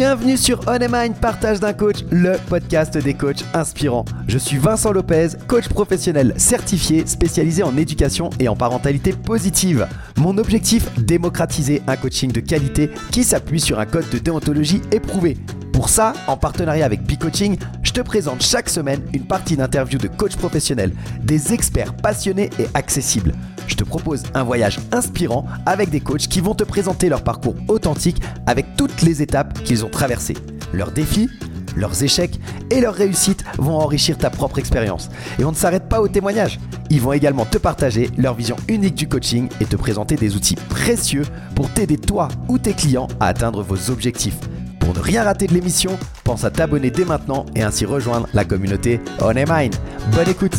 Bienvenue sur On Mind, partage d'un coach, le podcast des coachs inspirants. Je suis Vincent Lopez, coach professionnel certifié, spécialisé en éducation et en parentalité positive. Mon objectif, démocratiser un coaching de qualité qui s'appuie sur un code de déontologie éprouvé. Pour ça, en partenariat avec B-Coaching, je te présente chaque semaine une partie d'interviews de coachs professionnels, des experts passionnés et accessibles. Je te propose un voyage inspirant avec des coachs qui vont te présenter leur parcours authentique avec toutes les étapes qu'ils ont traversées. Leurs défis, leurs échecs et leurs réussites vont enrichir ta propre expérience. Et on ne s'arrête pas aux témoignages. Ils vont également te partager leur vision unique du coaching et te présenter des outils précieux pour t'aider toi ou tes clients à atteindre vos objectifs. Pour ne rien rater de l'émission, pense à t'abonner dès maintenant et ainsi rejoindre la communauté On Mind. Bonne écoute!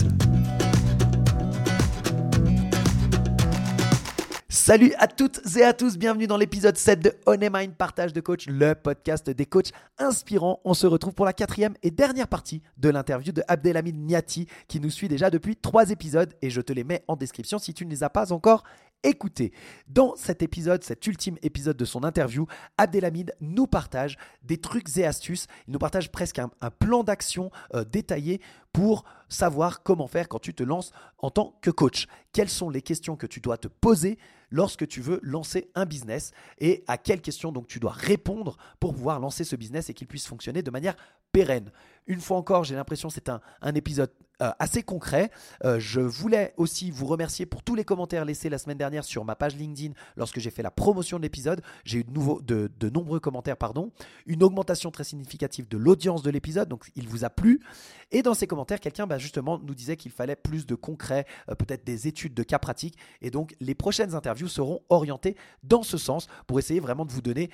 Salut à toutes et à tous, bienvenue dans l'épisode 7 de On Mind, partage de coach, le podcast des coachs inspirants. On se retrouve pour la 4e et dernière partie de l'interview de Abdelhamid Niati qui nous suit déjà depuis 3 épisodes et je te les mets en description si tu ne les as pas encore écoutés. Dans cet épisode, cet ultime épisode de son interview, Abdelhamid nous partage des trucs et astuces. Il nous partage presque un plan d'action détaillé pour savoir comment faire quand tu te lances en tant que coach. Quelles sont les questions que tu dois te poser lorsque tu veux lancer un business et à quelles questions donc tu dois répondre pour pouvoir lancer ce business et qu'il puisse fonctionner de manière pérenne. Une fois encore, j'ai l'impression que c'est un épisode assez concret. Je voulais aussi vous remercier pour tous les commentaires laissés la semaine dernière sur ma page LinkedIn lorsque j'ai fait la promotion de l'épisode. J'ai eu de nombreux commentaires, une augmentation très significative de l'audience de l'épisode, donc il vous a plu. Et dans ces commentaires, quelqu'un justement nous disait qu'il fallait plus de concret, peut-être des études de cas pratiques. Et donc les prochaines interviews seront orientées dans ce sens pour essayer vraiment de vous donner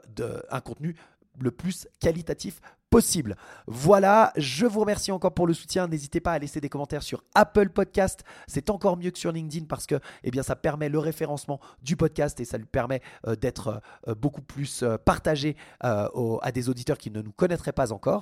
un contenu le plus qualitatif possible. Voilà, je vous remercie encore pour le soutien. N'hésitez pas à laisser des commentaires sur Apple Podcast. C'est encore mieux que sur LinkedIn parce que ça permet le référencement du podcast et ça lui permet d'être beaucoup plus partagé à des auditeurs qui ne nous connaîtraient pas encore.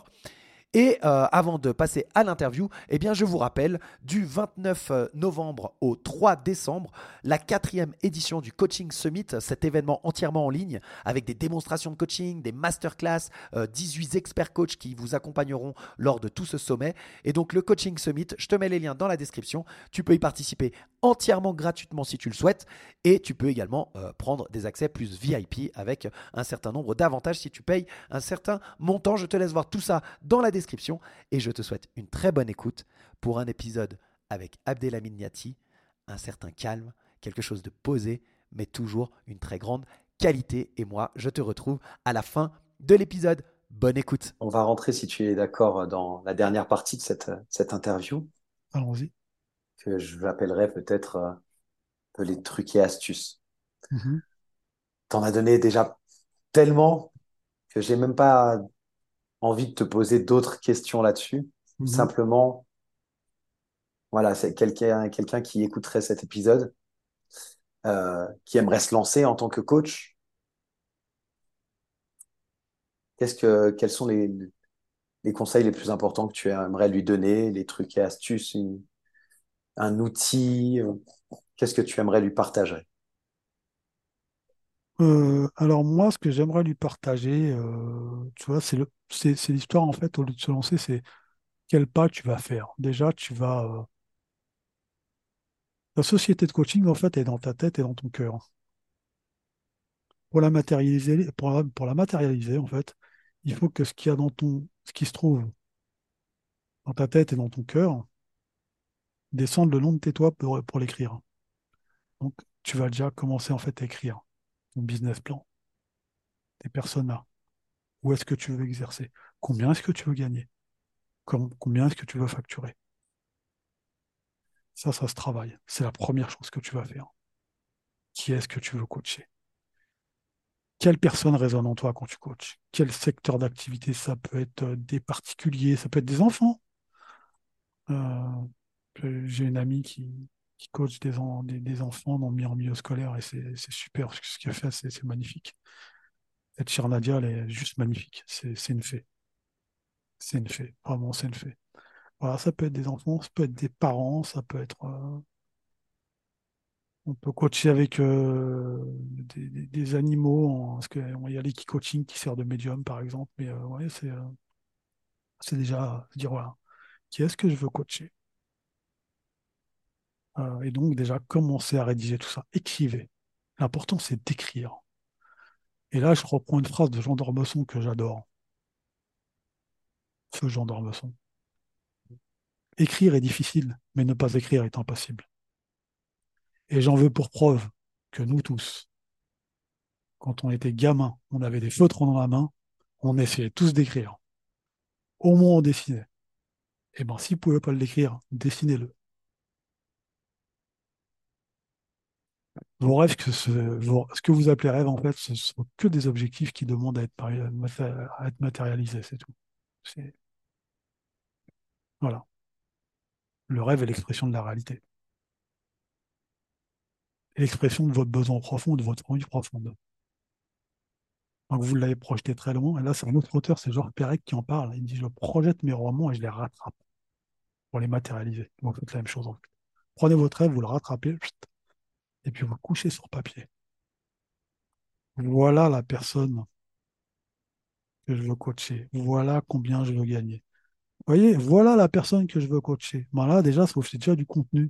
Et avant de passer à l'interview, je vous rappelle du 29 novembre au 3 décembre, la 4e édition du Coaching Summit, cet événement entièrement en ligne avec des démonstrations de coaching, des masterclass, 18 experts coachs qui vous accompagneront lors de tout ce sommet. Et donc le Coaching Summit, je te mets les liens dans la description. Tu peux y participer entièrement gratuitement si tu le souhaites et tu peux également prendre des accès plus VIP avec un certain nombre d'avantages si tu payes un certain montant. Je te laisse voir tout ça dans la description et je te souhaite une très bonne écoute pour un épisode avec Abdelhamid Niati, un certain calme, quelque chose de posé mais toujours une très grande qualité. Et moi, je te retrouve à la fin de l'épisode. Bonne écoute. On va rentrer, si tu es d'accord, dans la dernière partie de cette interview, Allons-y. que je l'appellerai peut-être un peu les trucs et astuces. Mhm. T'en as donné déjà tellement que j'ai même pas envie de te poser d'autres questions là-dessus. Mhm. Simplement, voilà, c'est quelqu'un qui écouterait cet épisode, qui aimerait se lancer en tant que coach. Quels sont les conseils les plus importants que tu aimerais lui donner, les trucs et astuces, un outil, qu'est-ce que tu aimerais lui partager? Alors moi, ce que j'aimerais lui partager, tu vois, c'est l'histoire en fait, au lieu de se lancer, c'est quel pas tu vas faire. Déjà, la société de coaching en fait est dans ta tête et dans ton cœur. Pour la matérialiser en fait, il faut que ce qu'il y a ce qui se trouve dans ta tête et dans ton cœur descende le long de tes toits pour l'écrire. Donc, tu vas déjà commencer en fait à écrire ton business plan, tes personas. Où est-ce que tu veux exercer? Combien est-ce que tu veux gagner? Combien est-ce que tu veux facturer? Ça se travaille. C'est la première chose que tu vas faire. Qui est-ce que tu veux coacher? Quelle personne résonne en toi quand tu coaches? Quel secteur d'activité? Ça peut être des particuliers, ça peut être des enfants. Euh, j'ai une amie qui coach des enfants en milieu scolaire et c'est super. Ce qu'elle fait, c'est magnifique. Cette chère Nadia, elle est juste magnifique. C'est une fée. C'est une fée. Vraiment, c'est une fée. Voilà, ça peut être des enfants, ça peut être des parents, ça peut être On peut coacher avec des animaux, parce qu'il y a l'équicoaching qui sert de médium, par exemple. Mais ouais, c'est déjà se dire, voilà, qui est-ce que je veux coacher? Et donc, déjà, commencer à rédiger tout ça. Écrivez. L'important, c'est d'écrire. Et là, je reprends une phrase de Jean d'Ormesson que j'adore. Ce Jean d'Ormesson. Écrire est difficile, mais ne pas écrire est impossible. Et j'en veux pour preuve que nous tous, quand on était gamin, on avait des feutres dans la main, on essayait tous d'écrire. Au moins on dessinait. Eh bien, si vous ne pouvez pas l'écrire, dessinez-le. Vos rêves, ce que vous appelez rêve, en fait, ce ne sont que des objectifs qui demandent à être matérialisés, c'est tout. C'est, voilà. Le rêve est l'expression de la réalité. Et l'expression de votre besoin profond, de votre envie profonde. Donc vous l'avez projeté très loin. Et là, c'est un autre auteur, c'est Georges Perec qui en parle. Il dit, je projette mes romans et je les rattrape pour les matérialiser. Donc faites la même chose en fait. Prenez votre rêve, vous le rattrapez, et puis vous le couchez sur papier. Voilà la personne que je veux coacher. Voilà combien je veux gagner. Vous voyez, voilà la personne que je veux coacher. Ben là, déjà, ça vous fait déjà du contenu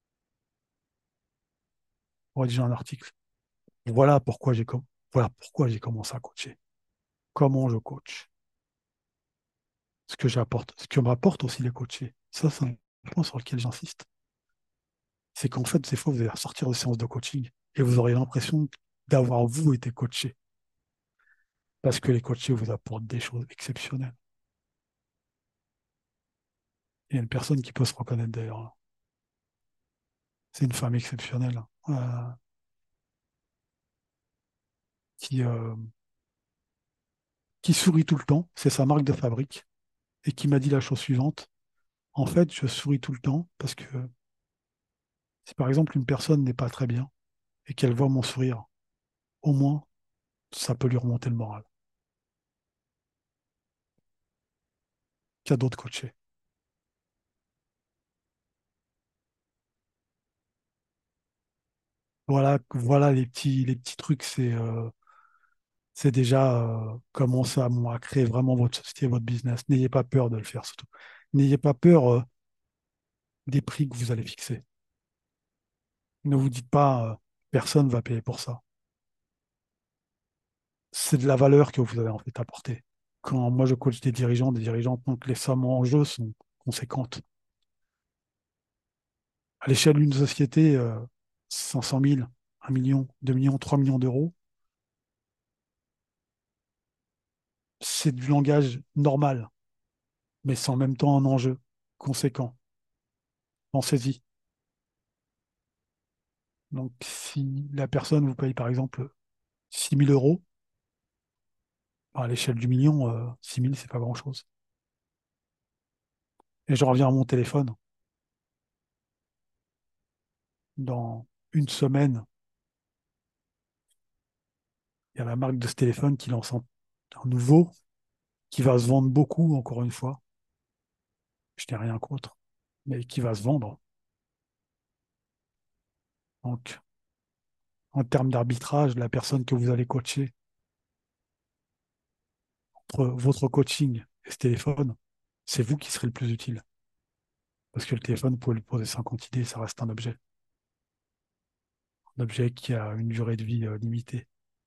pour rédiger un article. Voilà pourquoi voilà pourquoi j'ai commencé à coacher. Comment je coach. Ce que j'apporte, ce que m'apporte aussi les coachés. Ça, c'est un point sur lequel j'insiste. C'est qu'en fait, des fois, vous allez ressortir de séances de coaching et vous aurez l'impression d'avoir, vous, été coaché. Parce que les coachés vous apportent des choses exceptionnelles. Il y a une personne qui peut se reconnaître d'ailleurs. C'est une femme exceptionnelle qui, euh, qui sourit tout le temps. C'est sa marque de fabrique. Et qui m'a dit la chose suivante. En fait, je souris tout le temps parce que si par exemple une personne n'est pas très bien et qu'elle voit mon sourire, au moins, ça peut lui remonter le moral. Cadeau de coacher. Voilà les petits trucs. C'est déjà commencer à créer vraiment votre société, votre business. N'ayez pas peur de le faire surtout. N'ayez pas peur des prix que vous allez fixer. Ne vous dites pas personne ne va payer pour ça. C'est de la valeur que vous allez en fait apporter. Quand moi je coach des dirigeantes, donc les sommes en jeu sont conséquentes. À l'échelle d'une société, 500 000, 1 million, 2 millions, 3 millions d'euros, c'est du langage normal, mais c'est en même temps un enjeu conséquent. Pensez-y. Donc, si la personne vous paye par exemple 6 000 euros, à l'échelle du million, 6 000, c'est pas grand-chose. Et je reviens à mon téléphone. Dans une semaine, il y a la marque de ce téléphone qui lance un nouveau, qui va se vendre beaucoup, encore une fois. Je n'ai rien contre, mais qui va se vendre. Donc, en termes d'arbitrage, la personne que vous allez coacher, entre votre coaching et ce téléphone, c'est vous qui serez le plus utile. Parce que le téléphone, vous pouvez lui poser 50 idées, ça reste un objet. Un objet qui a une durée de vie limitée.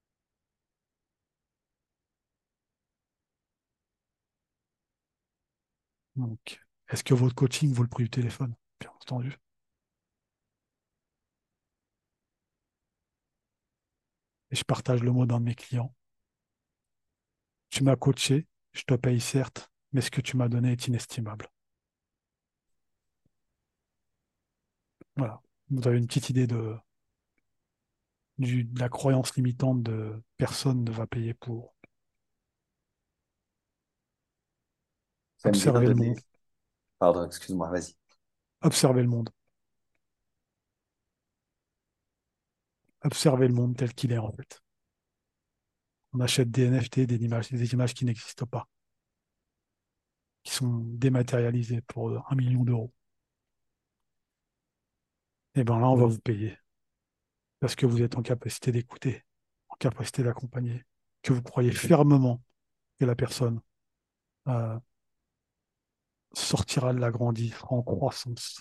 Donc, est-ce que votre coaching vaut le prix du téléphone? Bien entendu. Et je partage le mot d'un de mes clients. Tu m'as coaché, je te paye certes, mais ce que tu m'as donné est inestimable. Voilà. Vous avez une petite idée de la croyance limitante de personne ne va payer pour J'aime bien observer le donner. monde. Pardon, excuse-moi, vas-y. Observer le monde. Observer le monde tel qu'il est en fait. On achète des NFT, des images qui n'existent pas, qui sont dématérialisées pour 1 million d'euros. Et bien là, on va vous payer. parce que vous êtes en capacité d'écouter, en capacité d'accompagner, que vous croyez fermement que la personne euh, sortira de la grandie, sera en croissance.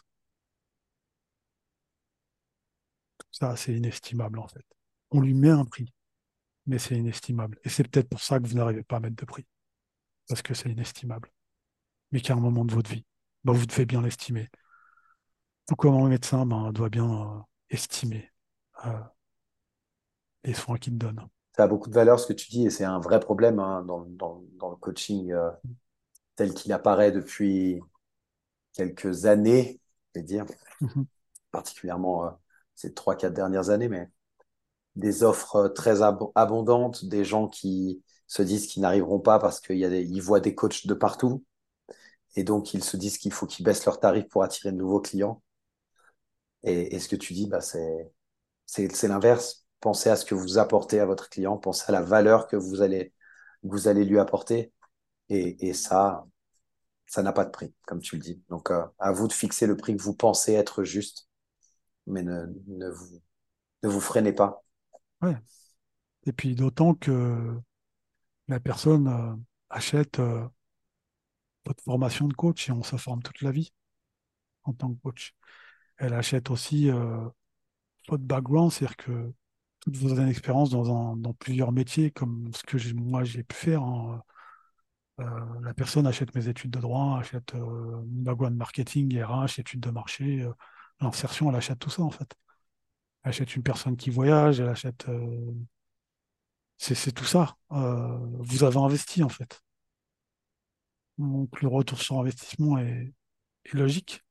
Tout ça, c'est inestimable en fait. On lui met un prix, mais c'est inestimable. Et c'est peut-être pour ça que vous n'arrivez pas à mettre de prix, parce que c'est inestimable. Mais qu'à un moment de votre vie, bah, vous devez bien l'estimer. Tout comme un médecin doit bien estimer euh, les soins qu'il donne. Ça a beaucoup de valeur ce que tu dis et c'est un vrai problème hein, dans le coaching tel qu'il apparaît depuis quelques années, je vais dire, Mhm. particulièrement ces 3, 4 dernières années, mais des offres très abondantes, des gens qui se disent qu'ils n'arriveront pas parce qu'ils voient des coachs de partout et donc ils se disent qu'il faut qu'ils baissent leurs tarifs pour attirer de nouveaux clients. Et ce que tu dis, bah, c'est l'inverse. Pensez à ce que vous apportez à votre client, pensez à la valeur que vous allez lui apporter. Et ça n'a pas de prix, comme tu le dis. Donc, à vous de fixer le prix que vous pensez être juste, mais ne vous freinez pas. Ouais. Et puis d'autant que la personne achète votre formation de coach et on se forme toute la vie en tant que coach. Elle achète aussi votre background, c'est-à-dire que toutes vos années d'expérience dans plusieurs métiers, comme ce que moi j'ai pu faire, hein. La personne achète mes études de droit, achète mon background marketing, RH, études de marché, l'insertion, elle achète tout ça en fait. Elle achète une personne qui voyage, elle achète. C'est tout ça. Vous avez investi en fait. Donc le retour sur investissement est logique.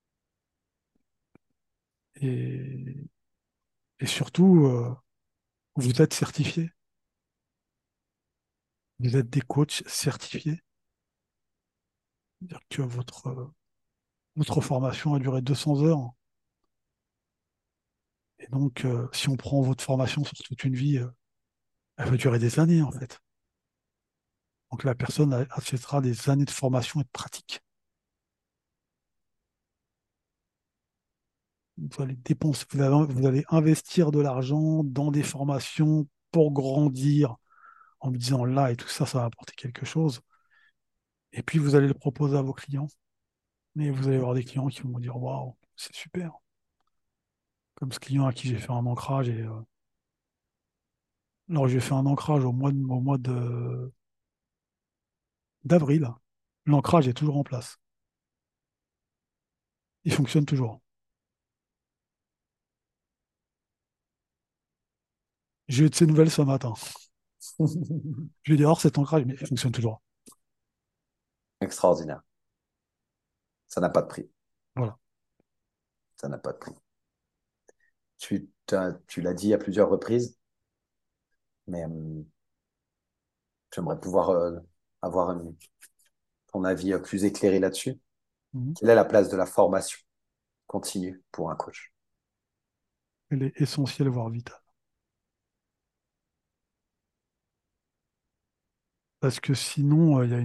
Et, et surtout, vous êtes certifié. Vous êtes des coachs certifiés. C'est-à-dire que votre formation a duré 200 heures. Et donc, si on prend votre formation sur toute une vie, elle va durer des années en fait. Donc la personne achètera des années de formation et de pratique. Vous allez dépenser, vous allez investir de l'argent dans des formations pour grandir en me disant là et tout ça, ça va apporter quelque chose. Et puis vous allez le proposer à vos clients. Et vous allez avoir des clients qui vont vous dire waouh, c'est super. Comme ce client à qui j'ai fait un ancrage. Alors j'ai fait un ancrage au mois d'avril. L'ancrage est toujours en place. Il fonctionne toujours. J'ai eu de ces nouvelles ce matin. Je lui ai dit alors cet ancrage, mais il fonctionne toujours. Extraordinaire. Ça n'a pas de prix. Voilà. Ça n'a pas de prix. Tu l'as dit à plusieurs reprises, mais j'aimerais pouvoir avoir ton avis plus éclairé là-dessus. Mhm. Quelle est la place de la formation continue pour un coach? Elle est essentielle, voire vitale. Parce que sinon, il y a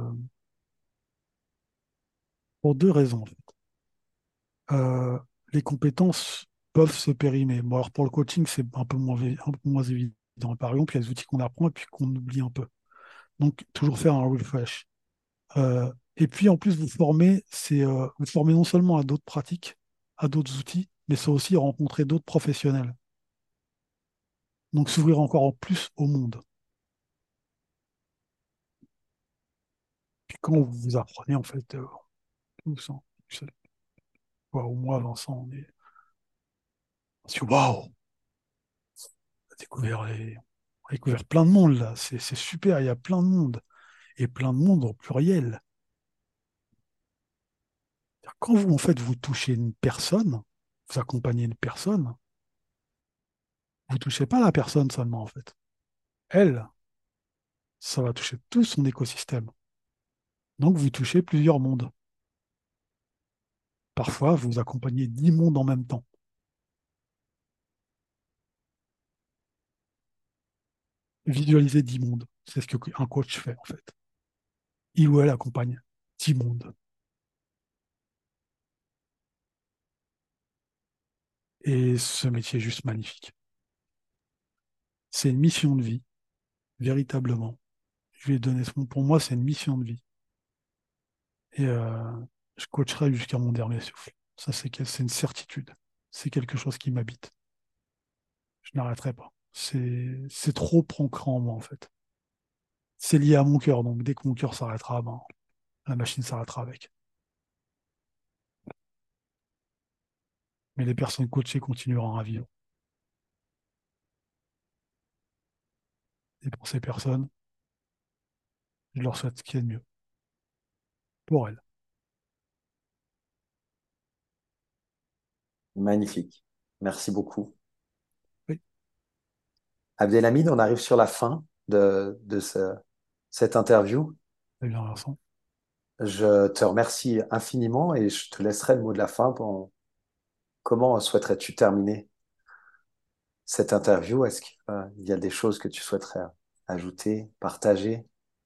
pour deux raisons, en fait. Euh, les compétences peuvent se périmer. Bon, alors pour le coaching, c'est un peu moins évident. Par exemple, il y a des outils qu'on apprend et puis qu'on oublie un peu. Donc, toujours faire un refresh. Et puis, en plus, vous formez non seulement à d'autres pratiques, à d'autres outils, mais c'est aussi rencontrer d'autres professionnels. Donc, s'ouvrir encore en plus au monde. Puis quand vous apprenez, en fait, tous, hein, au moins Vincent, on se dit waouh, on a découvert plein de monde là, c'est super, il y a plein de monde, et plein de monde au pluriel. Quand vous, en fait, vous touchez une personne, vous accompagnez une personne, vous touchez pas la personne seulement, en fait. Elle, ça va toucher tout son écosystème. Donc, vous touchez plusieurs mondes. Parfois, vous accompagnez 10 mondes en même temps. Visualisez 10 mondes. C'est ce qu'un coach fait, en fait. Il ou elle accompagne 10 mondes. Et ce métier est juste magnifique. C'est une mission de vie, véritablement. Je lui ai donné ce mot. Pour moi, c'est une mission de vie. Et je coacherai jusqu'à mon dernier souffle. Ça, c'est une certitude. C'est quelque chose qui m'habite. Je n'arrêterai pas. C'est trop ancré en moi, en fait. C'est lié à mon cœur, donc dès que mon cœur s'arrêtera, ben, la machine s'arrêtera avec. Mais les personnes coachées continueront à vivre. Et pour ces personnes, je leur souhaite ce qu'il y a de mieux pour elles. Magnifique. Merci beaucoup. Oui, Abdelhamid, on arrive sur la fin de cette interview. très bien, Vincent. Je te remercie infiniment et je te laisserai le mot de la fin. Comment souhaiterais-tu terminer cette interview? Est-ce qu'il y a des choses que tu souhaiterais ajouter, partager?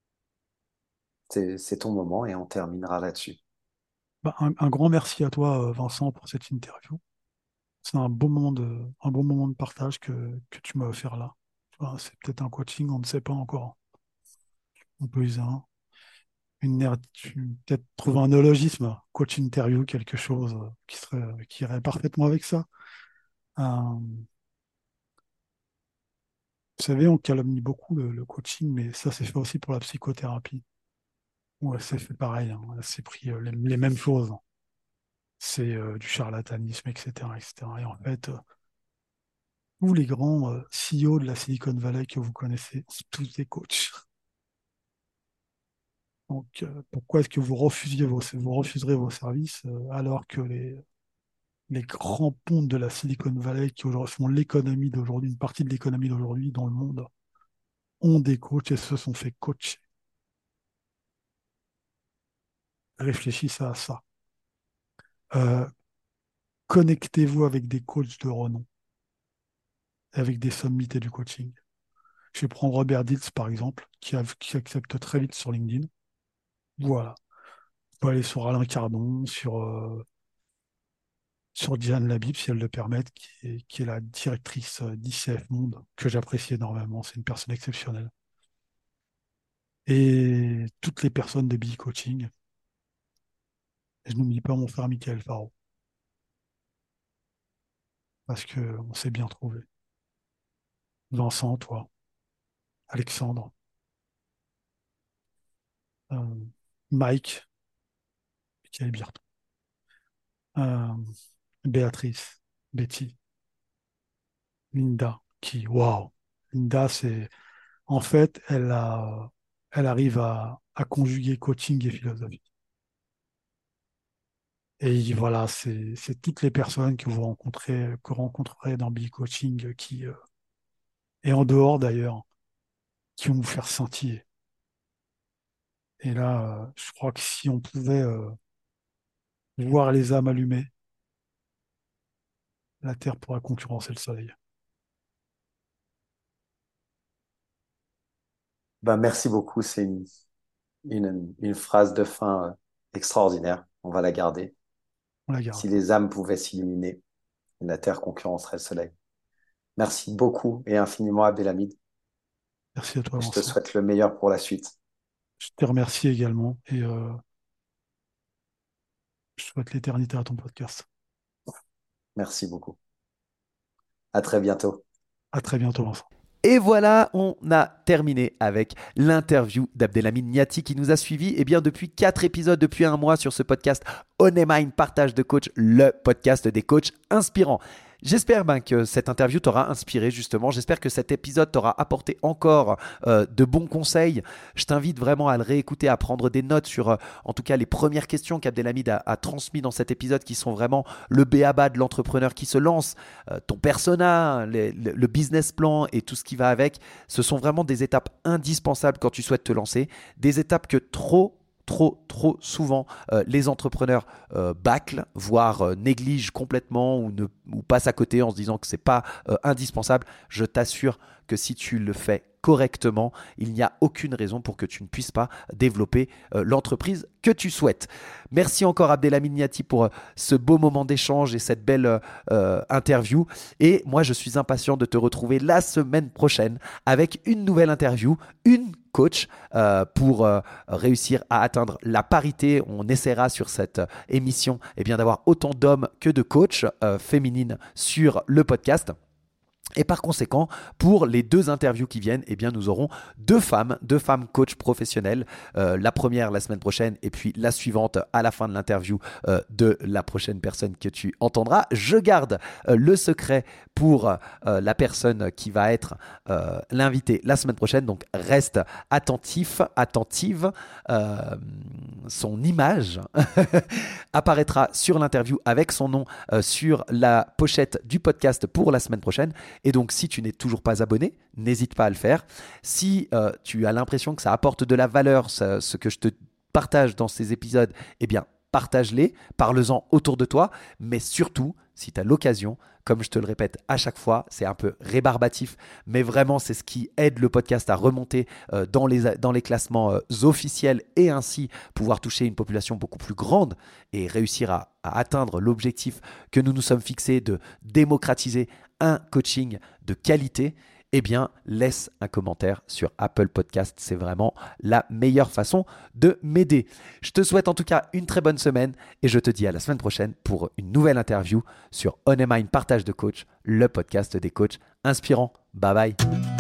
C'est ton moment et on terminera là-dessus. Ben, un grand merci à toi, Vincent, pour cette interview. C'est un bon moment de partage que tu m'as offert là. Enfin, c'est peut-être un coaching, on ne sait pas encore. On peut user peut-être trouver un néologisme, coach interview, quelque chose qui irait parfaitement avec ça. Euh, Vous savez, on calomnie beaucoup le coaching, mais ça, c'est fait aussi pour la psychothérapie. Ouais, c'est fait pareil, hein. C'est pris les mêmes choses. C'est du charlatanisme, etc., etc. Et en fait, tous les grands CEO de la Silicon Valley que vous connaissez, c'est tous des coachs. Donc, pourquoi est-ce que vous refuserez vos services alors que les grands pontes de la Silicon Valley qui aujourd'hui font l'économie d'aujourd'hui, une partie de l'économie d'aujourd'hui dans le monde, ont des coachs et se sont fait coacher. Réfléchissez à ça. Euh, Connectez-vous avec des coachs de renom, avec des sommités du coaching. Je vais prendre Robert Dilts, par exemple, qui accepte très vite sur LinkedIn. Voilà. Vous pouvez aller sur Alain Cardon, sur Diane Labib, si elle le permet, qui est la directrice d'ICF Monde, que j'apprécie énormément. C'est une personne exceptionnelle. Et toutes les personnes de BI Coaching. Et je n'oublie pas mon frère Michael Faro, parce qu'on s'est bien trouvé. Vincent, toi, Alexandre, euh, Mike, Michael Birton, euh, Béatrice, Betty, Linda, waouh, Linda, en fait, elle arrive à conjuguer coaching et philosophie. Et voilà, c'est toutes les personnes que vous rencontrerez dans Big Coaching et en dehors d'ailleurs, qui vont vous faire scintiller. Et là, je crois que si on pouvait voir les âmes allumées, la Terre pourrait concurrencer le Soleil. Ben, merci beaucoup. C'est une phrase de fin extraordinaire. On va la garder. On la Si garde. les âmes pouvaient s'illuminer, la Terre concurrencerait le Soleil. Merci beaucoup et infiniment, Abdelhamid. Merci à toi, Je te Vincent. souhaite le meilleur pour la suite. Je te remercie également et je souhaite l'éternité à ton podcast. Merci beaucoup. À très bientôt. À très bientôt, Vincent. Et voilà, on a terminé avec l'interview d'Abdelhamid Niati qui nous a suivis depuis 4 épisodes, depuis un mois sur ce podcast On Est Mind, partage de coach, le podcast des coachs inspirants. J'espère que cette interview t'aura inspiré justement. J'espère que cet épisode t'aura apporté encore de bons conseils. Je t'invite vraiment à le réécouter, à prendre des notes sur en tout cas les premières questions qu'Abdelhamid a transmises dans cet épisode qui sont vraiment le b.a.-ba de l'entrepreneur qui se lance, ton persona, le business plan et tout ce qui va avec. Ce sont vraiment des étapes indispensables quand tu souhaites te lancer. Des étapes que trop souvent les entrepreneurs bâclent, voire négligent complètement ou passent à côté en se disant que c'est pas indispensable. Je t'assure que si tu le fais correctement, il n'y a aucune raison pour que tu ne puisses pas développer l'entreprise que tu souhaites. Merci encore Abdelhamid Niati pour ce beau moment d'échange et cette belle interview. Et moi, je suis impatient de te retrouver la semaine prochaine avec une nouvelle interview, une coach pour réussir à atteindre la parité. On essaiera sur cette émission d'avoir autant d'hommes que de coachs féminines sur le podcast. Et par conséquent, pour les 2 interviews qui viennent, nous aurons 2 femmes coachs professionnelles. La première la semaine prochaine et puis la suivante à la fin de l'interview de la prochaine personne que tu entendras. Je garde le secret pour la personne qui va être l'invité la semaine prochaine. Donc reste attentive. Son image apparaîtra sur l'interview avec son nom sur la pochette du podcast pour la semaine prochaine. Et donc, si tu n'es toujours pas abonné, n'hésite pas à le faire. Si tu as l'impression que ça apporte de la valeur, ce que je te partage dans ces épisodes, partage-les, parle-en autour de toi. Mais surtout, si tu as l'occasion, comme je te le répète à chaque fois, c'est un peu rébarbatif, mais vraiment, c'est ce qui aide le podcast à remonter dans les classements officiels et ainsi pouvoir toucher une population beaucoup plus grande et réussir à atteindre l'objectif que nous nous sommes fixés de démocratiser un coaching de qualité. Laisse un commentaire sur Apple Podcast. C'est vraiment la meilleure façon de m'aider. Je te souhaite en tout cas une très bonne semaine et je te dis à la semaine prochaine pour une nouvelle interview sur On Mind Partage de Coach, le podcast des coachs inspirants. Bye bye.